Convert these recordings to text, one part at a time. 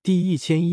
第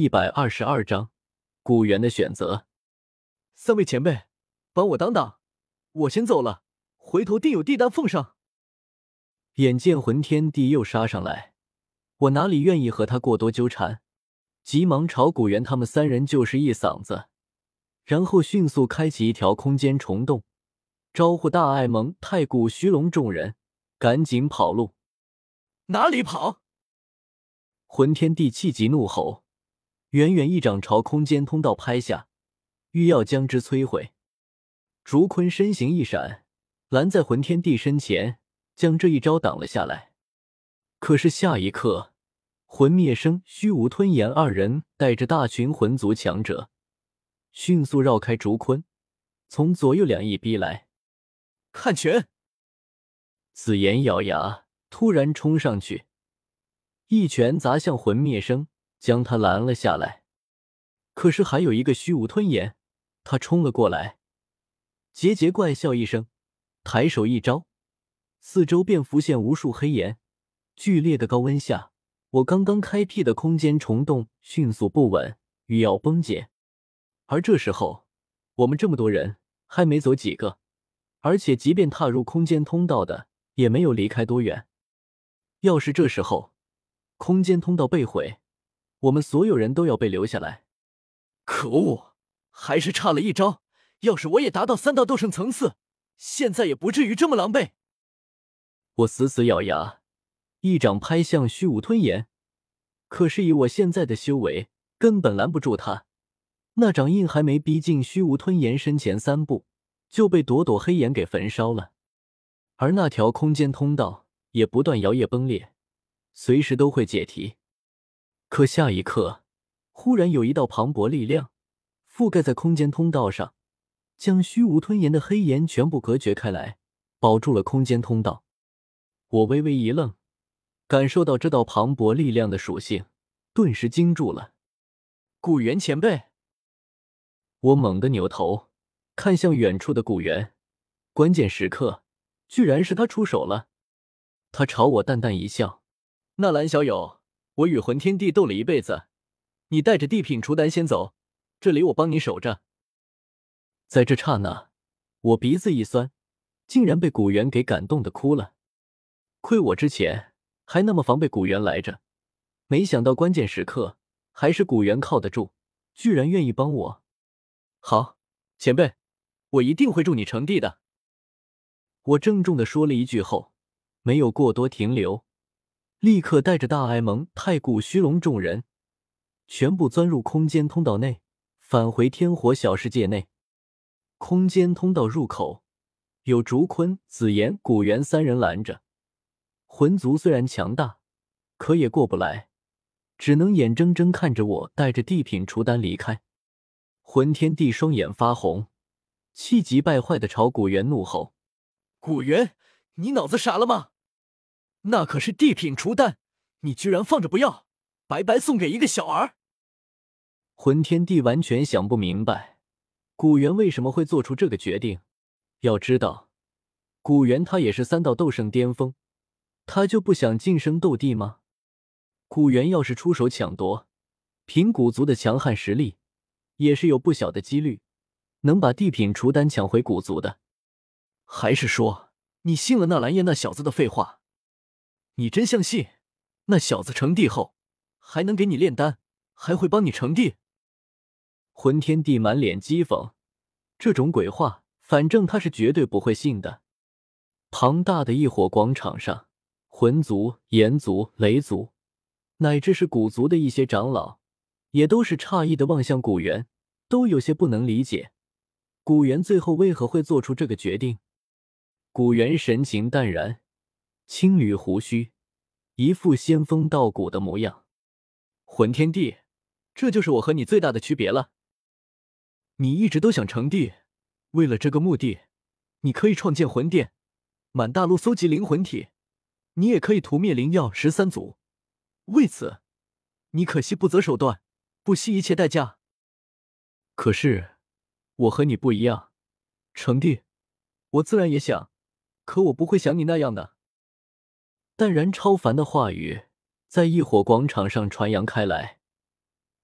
1122章古猿的选择。 三位前辈，帮我挡挡，我先走了，回头定有地丹奉上。 眼见魂天帝又杀上来，我哪里愿意和他过多纠缠，急忙朝古猿他们三人就是一嗓子，然后迅速开启一条空间虫洞，招呼大爱蒙、太古虚龙众人赶紧跑路。 哪里跑？ 魂天帝气急怒吼，远远一掌朝空间通道拍下，欲要将之摧毁。竹坤身形一闪，拦在魂天帝身前，将这一招挡了下来。可是下一刻，魂灭生、虚无吞炎二人带着大群魂族强者，迅速绕开竹坤，从左右两翼逼来。 看拳！ 紫炎咬牙，突然冲上去，一拳砸向魂灭生，将他拦了下来。可是还有一个虚无吞炎，他冲了过来，桀桀怪笑一声，抬手一招，四周便浮现无数黑炎。剧烈的高温下，我刚刚开辟的空间虫洞迅速不稳，欲要崩解。而这时候，我们这么多人还没走几个，而且即便踏入空间通道的，也没有离开多远。要是这时候空间通道被毁，我们所有人都要被留下来。 可恶，还是差了一招，要是我也达到3道斗圣层次，现在也不至于这么狼狈。 我死死咬牙，一掌拍向虚无吞炎，可是以我现在的修为，根本拦不住他。那掌印还没逼近虚无吞炎身前3步，就被朵朵黑炎给焚烧了。而那条空间通道也不断摇曳崩裂，随时都会解题。可下一刻，忽然有一道磅礴力量覆盖在空间通道上，将虚无吞炎的黑炎全部隔绝开来，保住了空间通道。我微微一愣，感受到这道磅礴力量的属性，顿时惊住了。 古猿前辈！ 我猛地扭头看向远处的古猿，关键时刻居然是他出手了。他朝我淡淡一笑： 纳兰小友，我与魂天帝斗了一辈子，你带着地品雏丹先走，这里我帮你守着。 在这刹那，我鼻子一酸，竟然被古猿给感动的哭了。亏我之前还那么防备古猿来着，没想到关键时刻还是古猿靠得住，居然愿意帮我。 好，前辈，我一定会助你成帝的。 我郑重地说了一句后，没有过多停留，立刻带着大爱蒙、太古虚龙众人全部钻入空间通道内，返回天火小世界内。空间通道入口有竹坤、紫炎、古猿3人拦着，魂族虽然强大，可也过不来，只能眼睁睁看着我带着地品雏丹离开。魂天帝双眼发红，气急败坏地朝古猿怒吼： 古猿，你脑子傻了吗？那可是地品雏丹，你居然放着不要，白白送给一个小儿！ 魂天帝完全想不明白古猿为什么会做出这个决定。要知道，古猿他也是3道斗圣巅峰，他就不想晋升斗帝吗？古猿要是出手抢夺，凭古族的强悍实力，也是有不小的几率能把地品雏丹抢回古族的。 还是说你信了纳兰叶那小子的废话？你真相信那小子成帝后还能给你炼丹，还会帮你成帝？ 魂天帝满脸讥讽，这种鬼话反正他是绝对不会信的。庞大的异火广场上，魂族、炎族、雷族乃至是古族的一些长老也都是诧异地望向古猿，都有些不能理解古猿最后为何会做出这个决定。古猿神情淡然，青缕胡须，一副仙风道骨的模样。 魂天帝，这就是我和你最大的区别了。你一直都想成帝，为了这个目的，你可以创建魂殿，满大陆搜集灵魂体，你也可以屠灭灵药13族。为此，你可惜不择手段，不惜一切代价。 可是，我和你不一样， 成帝，我自然也想，可我不会想你那样的。 淡然超凡的话语在异火广场上传扬开来，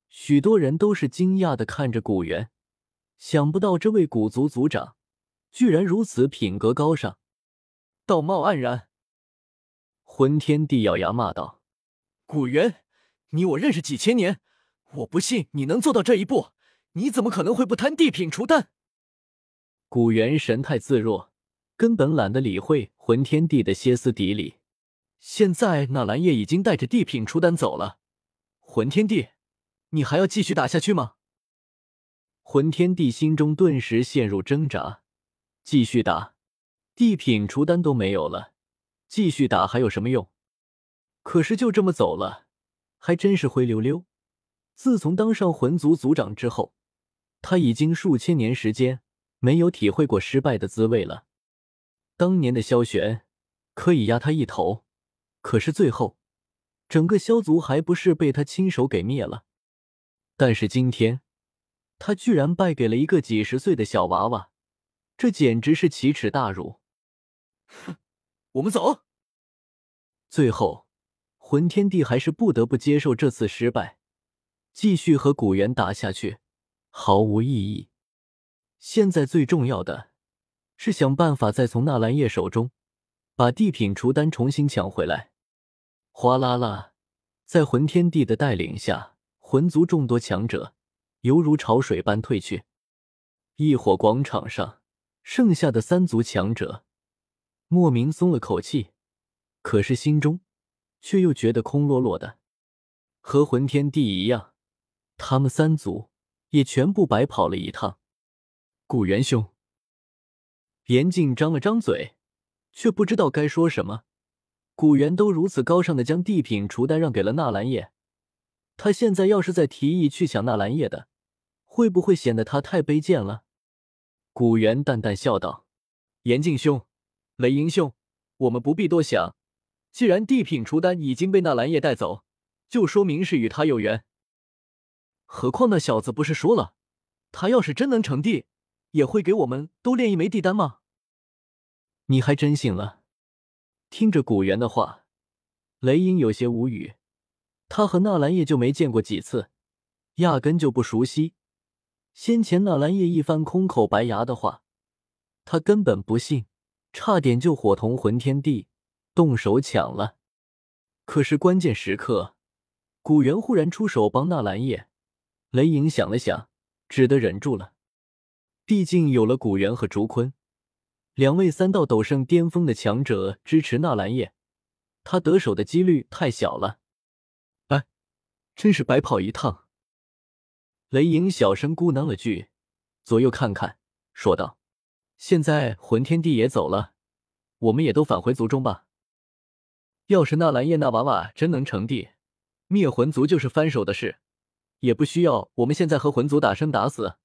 许多人都是惊讶地看着古元，想不到这位古族族长居然如此品格高尚，道貌岸然。魂天帝咬牙骂道：“ 古元，你我认识几千年，我不信你能做到这一步，你怎么可能会不贪地品除丹？” 古元神态自若，根本懒得理会魂天帝的歇斯底里。 现在纳兰叶已经带着地品除丹走了，魂天帝，你还要继续打下去吗？ 魂天帝心中顿时陷入挣扎，继续打，地品除丹都没有了，继续打还有什么用？可是就这么走了，还真是灰溜溜。自从当上魂族族长之后，他已经数千年时间没有体会过失败的滋味了。当年的萧玄可以压他一头，可是最后整个萧族还不是被他亲手给灭了。但是今天他居然败给了一个几十岁的小娃娃，这简直是奇耻大辱。 哼，我们走。 最后魂天帝还是不得不接受这次失败，继续和古元打下去毫无意义。现在最重要的是想办法再从纳兰叶手中把地品除丹重新抢回来。哗啦啦，在魂天帝的带领下，魂族众多强者犹如潮水般退去。异火广场上，剩下的三族强者莫名松了口气，可是心中却又觉得空落落的。和魂天帝一样，他们三族也全部白跑了一趟。 古元兄， 严禁张了张嘴，却不知道该说什么。古元都如此高尚的将地品除丹让给了纳兰叶，他现在要是再提议去抢纳兰叶的，会不会显得他太卑贱了？古元淡淡笑道：“ 严禁兄，雷银兄，我们不必多想，既然地品除丹已经被纳兰叶带走，就说明是与他有缘。何况那小子不是说了，他要是真能成地，也会给我们都炼一枚地丹吗？” 你还真信了？听着古元的话，雷音有些无语。他和纳兰叶就没见过几次，压根就不熟悉。先前纳兰叶一番空口白牙的话，他根本不信，差点就伙同魂天帝动手抢了。可是关键时刻，古元忽然出手帮纳兰叶，雷影想了想，只得忍住了。毕竟有了古元和竹坤两位三道斗圣巅峰的强者支持纳兰叶，他得手的几率太小了。 哎，真是白跑一趟。 雷影小声咕囔了句，左右看看，说道：“现在魂天帝也走了，我们也都返回族中吧。要是纳兰叶那娃娃真能成帝，灭魂族就是翻手的事，也不需要我们现在和魂族打生打死。”